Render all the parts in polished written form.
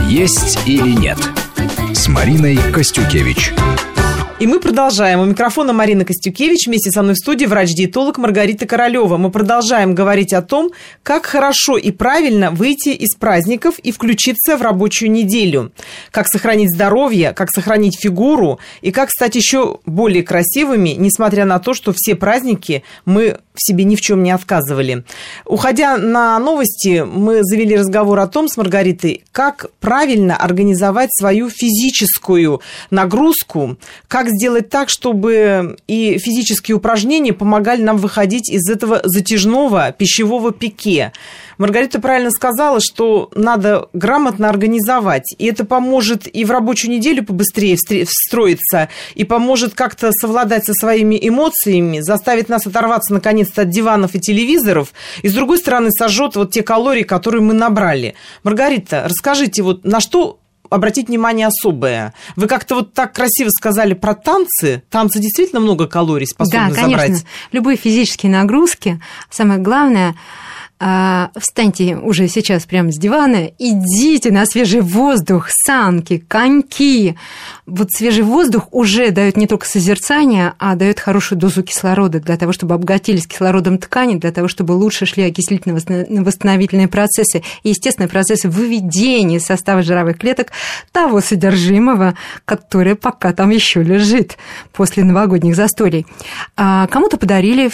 «Есть или нет» с Мариной Костюкевич. И мы продолжаем. У микрофона Марина Костюкевич. Вместе со мной в студии врач-диетолог Маргарита Королева. Мы продолжаем говорить о том, как хорошо и правильно выйти из праздников и включиться в рабочую неделю. Как сохранить здоровье, как сохранить фигуру и как стать еще более красивыми, несмотря на то, что все праздники мы в себе ни в чем не отказывали. Уходя на новости, мы завели разговор о том с Маргаритой, как правильно организовать свою физическую нагрузку, как сделать так, чтобы и физические упражнения помогали нам выходить из этого затяжного пищевого пике. Маргарита правильно сказала, что надо грамотно организовать, и это поможет и в рабочую неделю побыстрее встроиться, и поможет как-то совладать со своими эмоциями, заставит нас оторваться наконец-то от диванов и телевизоров, и с другой стороны сожжет вот те калории, которые мы набрали. Маргарита, расскажите, вот на что обратить внимание особое? Вы как-то вот так красиво сказали про танцы. Танцы действительно много калорий способны забрать? Да, конечно. Любые физические нагрузки. Самое главное, встаньте уже сейчас прямо с дивана, идите на свежий воздух, санки, коньки. Вот свежий воздух уже дает не только созерцание, а дает хорошую дозу кислорода для того, чтобы обогатились кислородом ткани, для того, чтобы лучше шли окислительно-восстановительные процессы и, естественно, процессы выведения состава жировых клеток того содержимого, которое пока там еще лежит после новогодних застолий. Кому-то подарили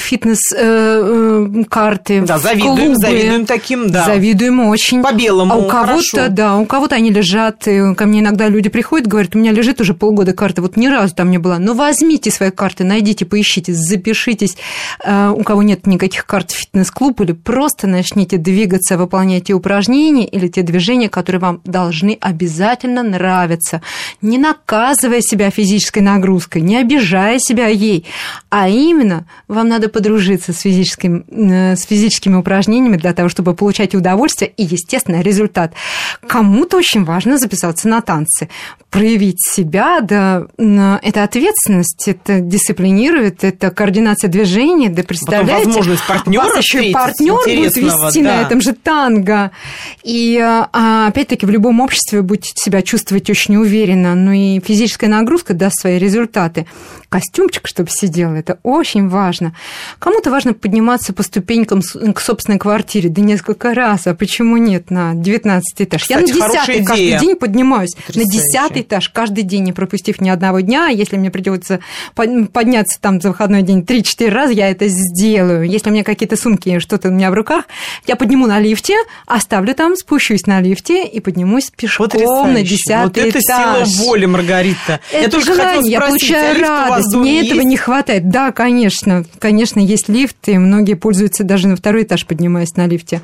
фитнес-карты. Да, завидуем таким, да. Завидуем очень. По-белому, у кого-то, да, у кого-то они лежат. Ко мне иногда люди приходят, говорят, у меня лежит уже полгода карта, вот ни разу там не была. Но возьмите свои карты, найдите, поищите, запишитесь. У кого нет никаких карт в фитнес-клуб, или просто начните двигаться, выполнять те упражнения или те движения, которые вам должны обязательно нравиться. Не наказывая себя физической нагрузкой, не обижая себя ей, а именно вам надо подружиться с физическими упражнениями для того, чтобы получать удовольствие и, естественно, результат. Кому-то очень важно записаться на танцы, проявить себя, да, это ответственность, это дисциплинирует, это координация движений, да, представляете? Возможность партнера вас еще и партнер будет вести на этом же танго. И опять-таки в любом обществе вы будете себя чувствовать очень уверенно, но и физическая нагрузка даст свои результаты. Костюмчик, чтобы сидел, это очень важно. Кому-то важно подниматься по ступенькам к собственной квартире, да несколько раз, а почему нет, на 19 этаж. Кстати, я на 10-й каждый день поднимаюсь, на 10-й этаж каждый день, не пропустив ни одного дня. Если мне придется подняться там за выходной день 3-4 раза, я это сделаю. Если у меня какие-то сумки, что-то у меня в руках, я подниму на лифте, оставлю там, спущусь на лифте и поднимусь пешком на 10-й этаж. Вот это сила воли, Маргарита. Это желание, я получаю радость. Мне этого не хватает. Да, конечно, есть лифт, и многие пользуются даже на 2-й этаж, поднимаясь на лифте.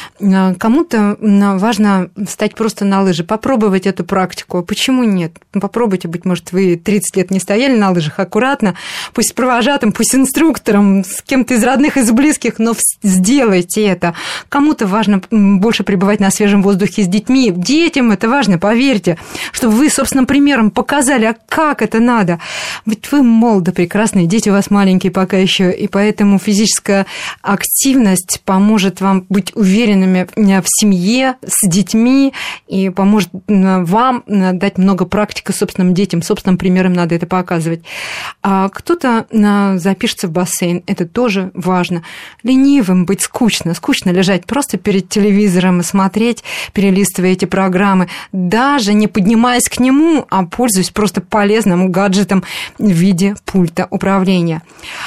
Кому-то важно встать просто на лыжи, попробовать эту практику. Почему нет? Попробуйте, быть может, вы 30 лет не стояли на лыжах, аккуратно, пусть с провожатым, пусть с инструктором, с кем-то из родных, из близких, но сделайте это. Кому-то важно больше пребывать на свежем воздухе с детьми. Детям это важно, поверьте, чтобы вы собственным примером показали, как это надо. Ведь вы молоды, прекрасные, дети у вас маленькие пока еще, и поэтому физическая активность поможет вам быть уверенными в семье, с детьми, и поможет вам дать много практики собственным детям, собственным примером надо это показывать. А кто-то запишется в бассейн, это тоже важно. Ленивым быть скучно лежать просто перед телевизором и смотреть, перелистывая эти программы, даже не поднимаясь к нему, а пользуясь просто полезным гаджетом в виде пульта управления.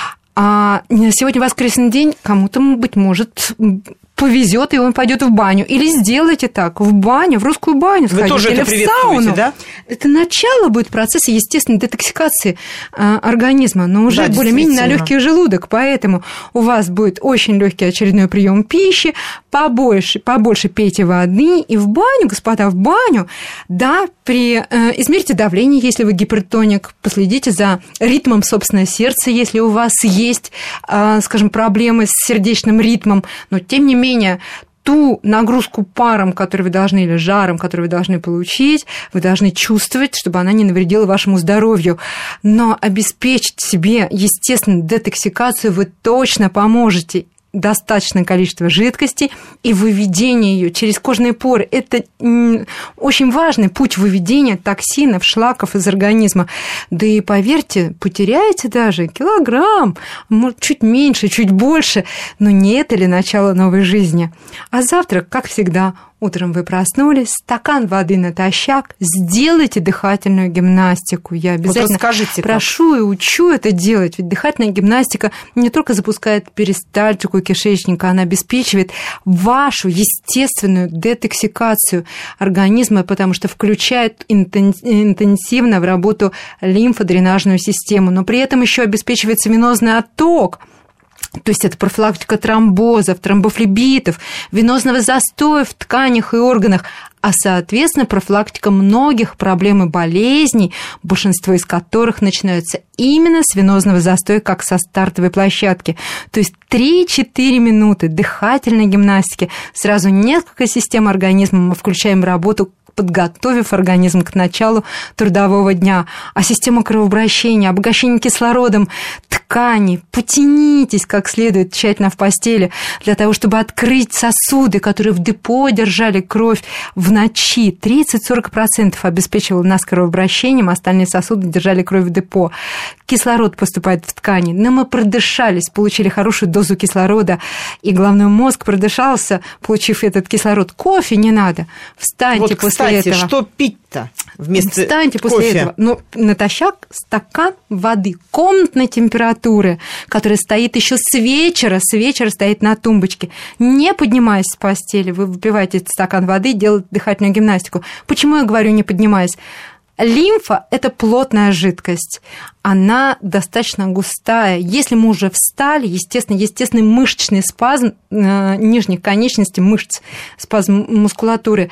А сегодня воскресный день, кому-то, быть может, повезет, и он пойдет в баню. Или сделайте так, в баню, в русскую баню сходите. Вы тоже или это в сауну. Да? Это начало будет процесса естественной детоксикации организма, но уже более-менее на легкий желудок. Поэтому у вас будет очень легкий очередной прием пищи, побольше пейте воды, и в баню, господа, в баню, да, измерьте давление, если вы гипертоник, последите за ритмом собственного сердца, если у вас есть, скажем, проблемы с сердечным ритмом, но тем не менее ту нагрузку паром, которую вы должны, или жаром, который вы должны получить, вы должны чувствовать, чтобы она не навредила вашему здоровью. Но обеспечить себе естественную детоксикацию вы точно поможете. достаточное количество жидкости, и выведение ее через кожные поры – это очень важный путь выведения токсинов, шлаков из организма. Да и поверьте, потеряете даже килограмм, может, чуть меньше, чуть больше, но не это ли начало новой жизни? А завтрак, как всегда, утром вы проснулись, стакан воды натощак, сделайте дыхательную гимнастику. Я обязательно прошу и учу это делать, ведь дыхательная гимнастика не только запускает перистальтику кишечника, она обеспечивает вашу естественную детоксикацию организма, потому что включает интенсивно в работу лимфодренажную систему, но при этом еще обеспечивается венозный отток. То есть это профилактика тромбозов, тромбофлебитов, венозного застоя в тканях и органах, а, соответственно, профилактика многих проблем и болезней, большинство из которых начинаются именно с венозного застоя, как со стартовой площадки. То есть 3-4 минуты дыхательной гимнастики, сразу несколько систем организма мы включаем в работу, подготовив организм к началу трудового дня. А система кровообращения, обогащение кислородом тканей, потянитесь как следует тщательно в постели для того, чтобы открыть сосуды, которые в депо держали кровь в ночи. 30-40% обеспечивало нас кровообращением, остальные сосуды держали кровь в депо. Кислород поступает в ткани, но мы продышались, получили хорошую дозу кислорода, и головной мозг продышался, получив этот кислород. Кофе не надо. Встаньте после этого. Что пить-то вместо Встаньте кофе? После этого. Но натощак стакан воды комнатной температуры, который стоит еще с вечера стоит на тумбочке. Не поднимаясь с постели, вы выпиваете этот стакан воды, делаете дыхательную гимнастику. Почему я говорю не поднимаясь? Лимфа – это плотная жидкость, она достаточно густая. Если мы уже встали, естественный мышечный спазм нижних конечностей, мышц, спазм мускулатуры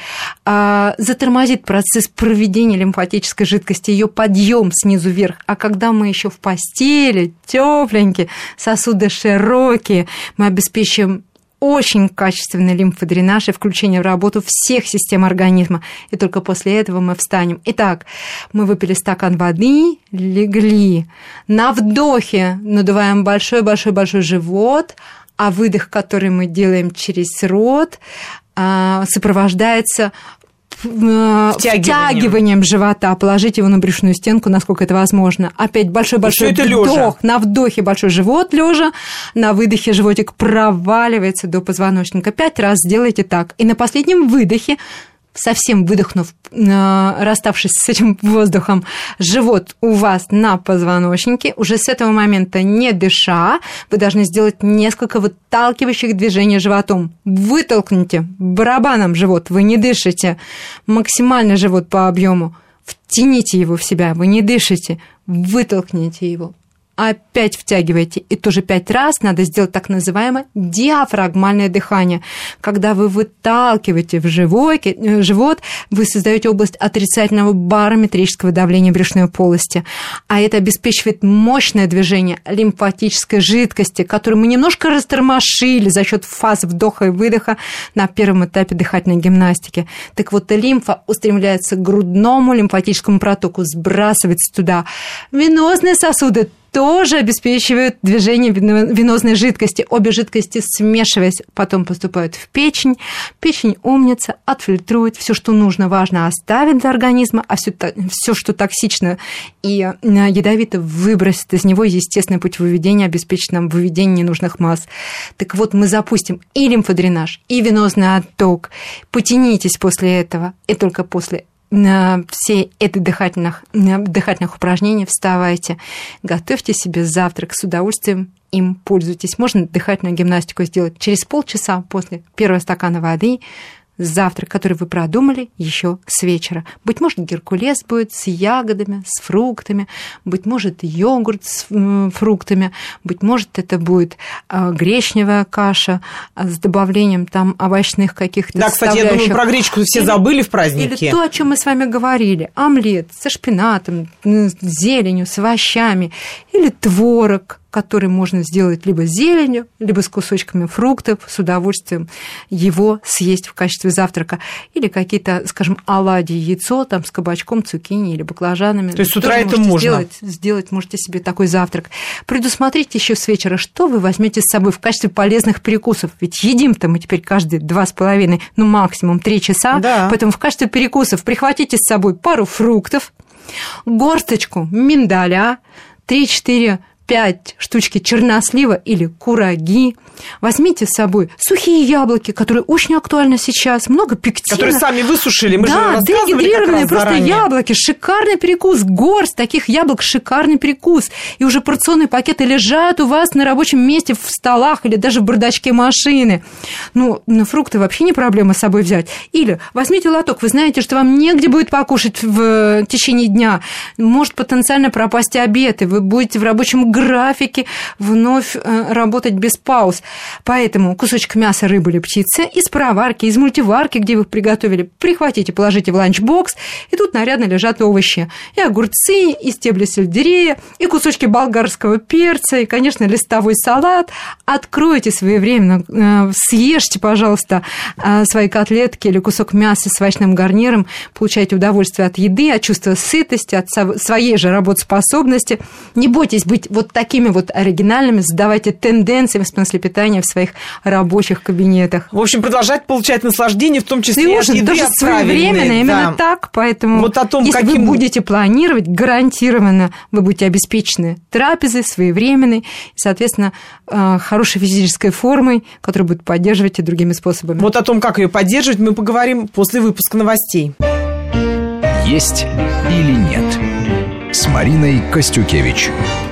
затормозит процесс проведения лимфатической жидкости, ее подъем снизу вверх. А когда мы еще в постели, тепленькие, сосуды широкие, мы обеспечим очень качественный лимфодренаж и включение в работу всех систем организма. И только после этого мы встанем. Итак, мы выпили стакан воды, легли. На вдохе надуваем большой-большой-большой живот, а выдох, который мы делаем через рот, сопровождается втягиванием живота, положить его на брюшную стенку, насколько это возможно. Опять большой-большой вдох. На вдохе большой живот лежа, на выдохе животик проваливается до позвоночника. 5 раз сделайте так. И на последнем выдохе, совсем выдохнув, расставшись с этим воздухом, живот у вас на позвоночнике, уже с этого момента не дыша, вы должны сделать несколько выталкивающих движений животом. Вытолкните барабаном живот, вы не дышите, максимально живот по объему, втяните его в себя, вы не дышите, вытолкните его. Опять втягиваете, и тоже 5 раз надо сделать так называемое диафрагмальное дыхание. Когда вы выталкиваете в живот, вы создаете область отрицательного барометрического давления брюшной полости, а это обеспечивает мощное движение лимфатической жидкости, которую мы немножко растормошили за счет фаз вдоха и выдоха на первом этапе дыхательной гимнастики. Так вот, лимфа устремляется к грудному лимфатическому протоку, сбрасывается туда. Венозные сосуды тоже обеспечивают движение венозной жидкости. Обе жидкости, смешиваясь, потом поступают в печень. Печень умница, отфильтрует все, что нужно, важно, оставит для организма, а все, что токсично и ядовито, выбросит из него. Естественный путь выведения обеспечит нам выведение ненужных масс. Так вот, мы запустим и лимфодренаж, и венозный отток. Потянитесь после этого, и только после все эти дыхательных упражнений вставайте, готовьте себе завтрак, с удовольствием им пользуйтесь. Можно дыхательную гимнастику сделать через полчаса после первого стакана воды. Завтрак, который вы продумали еще с вечера. Быть может, геркулес будет с ягодами, с фруктами, быть может, йогурт с фруктами, быть может, это будет гречневая каша с добавлением там овощных каких-то составляющих. Да, кстати, я думаю, про гречку все забыли в празднике. Или то, о чем мы с вами говорили. Омлет со шпинатом, с зеленью, с овощами. Или творог который можно сделать либо с зеленью, либо с кусочками фруктов, с удовольствием его съесть в качестве завтрака. Или какие-то, скажем, оладьи, яйцо там, с кабачком, цукини или баклажанами. То есть с утра это можно? Сделать можете себе такой завтрак. Предусмотрите еще с вечера, что вы возьмете с собой в качестве полезных перекусов. Ведь едим-то мы теперь каждые 2,5, ну максимум 3 часа. Да. Поэтому в качестве перекусов прихватите с собой пару фруктов, горсточку миндаля, 3-4-5 штучки чернослива или кураги. Возьмите с собой сухие яблоки, которые очень актуальны сейчас, много пектина. Которые сами высушили, мы же рассказывали дегидрированные просто заранее. яблоки, шикарный перекус, горсть таких яблок, шикарный перекус. И уже порционные пакеты лежат у вас на рабочем месте, в столах или даже в бардачке машины. Ну, на фрукты вообще не проблема с собой взять. Или возьмите лоток, вы знаете, что вам негде будет покушать в течение дня, может потенциально пропасть обед, и вы будете в рабочем графике вновь работать без пауз. Поэтому кусочек мяса, рыбы или птицы из пароварки, из мультиварки, где вы их приготовили, прихватите, положите в ланчбокс, и тут нарядно лежат овощи. И огурцы, и стебли сельдерея, и кусочки болгарского перца, и, конечно, листовой салат. Откройте своевременно, съешьте, пожалуйста, свои котлетки или кусок мяса с овощным гарниром, получайте удовольствие от еды, от чувства сытости, от своей же работоспособности. Не бойтесь быть вот такими вот оригинальными, задавайте тенденции в смысле питания в своих рабочих кабинетах. В общем, продолжать получать наслаждение, в том числе и от еды, тоже своевременно, именно так. Поэтому, вот о том, если вы будете планировать, гарантированно вы будете обеспечены трапезой своевременной и, соответственно, хорошей физической формой, которая будет поддерживать и другими способами. Вот о том, как ее поддерживать, мы поговорим после выпуска новостей. Есть или нет с Мариной Костюкевич.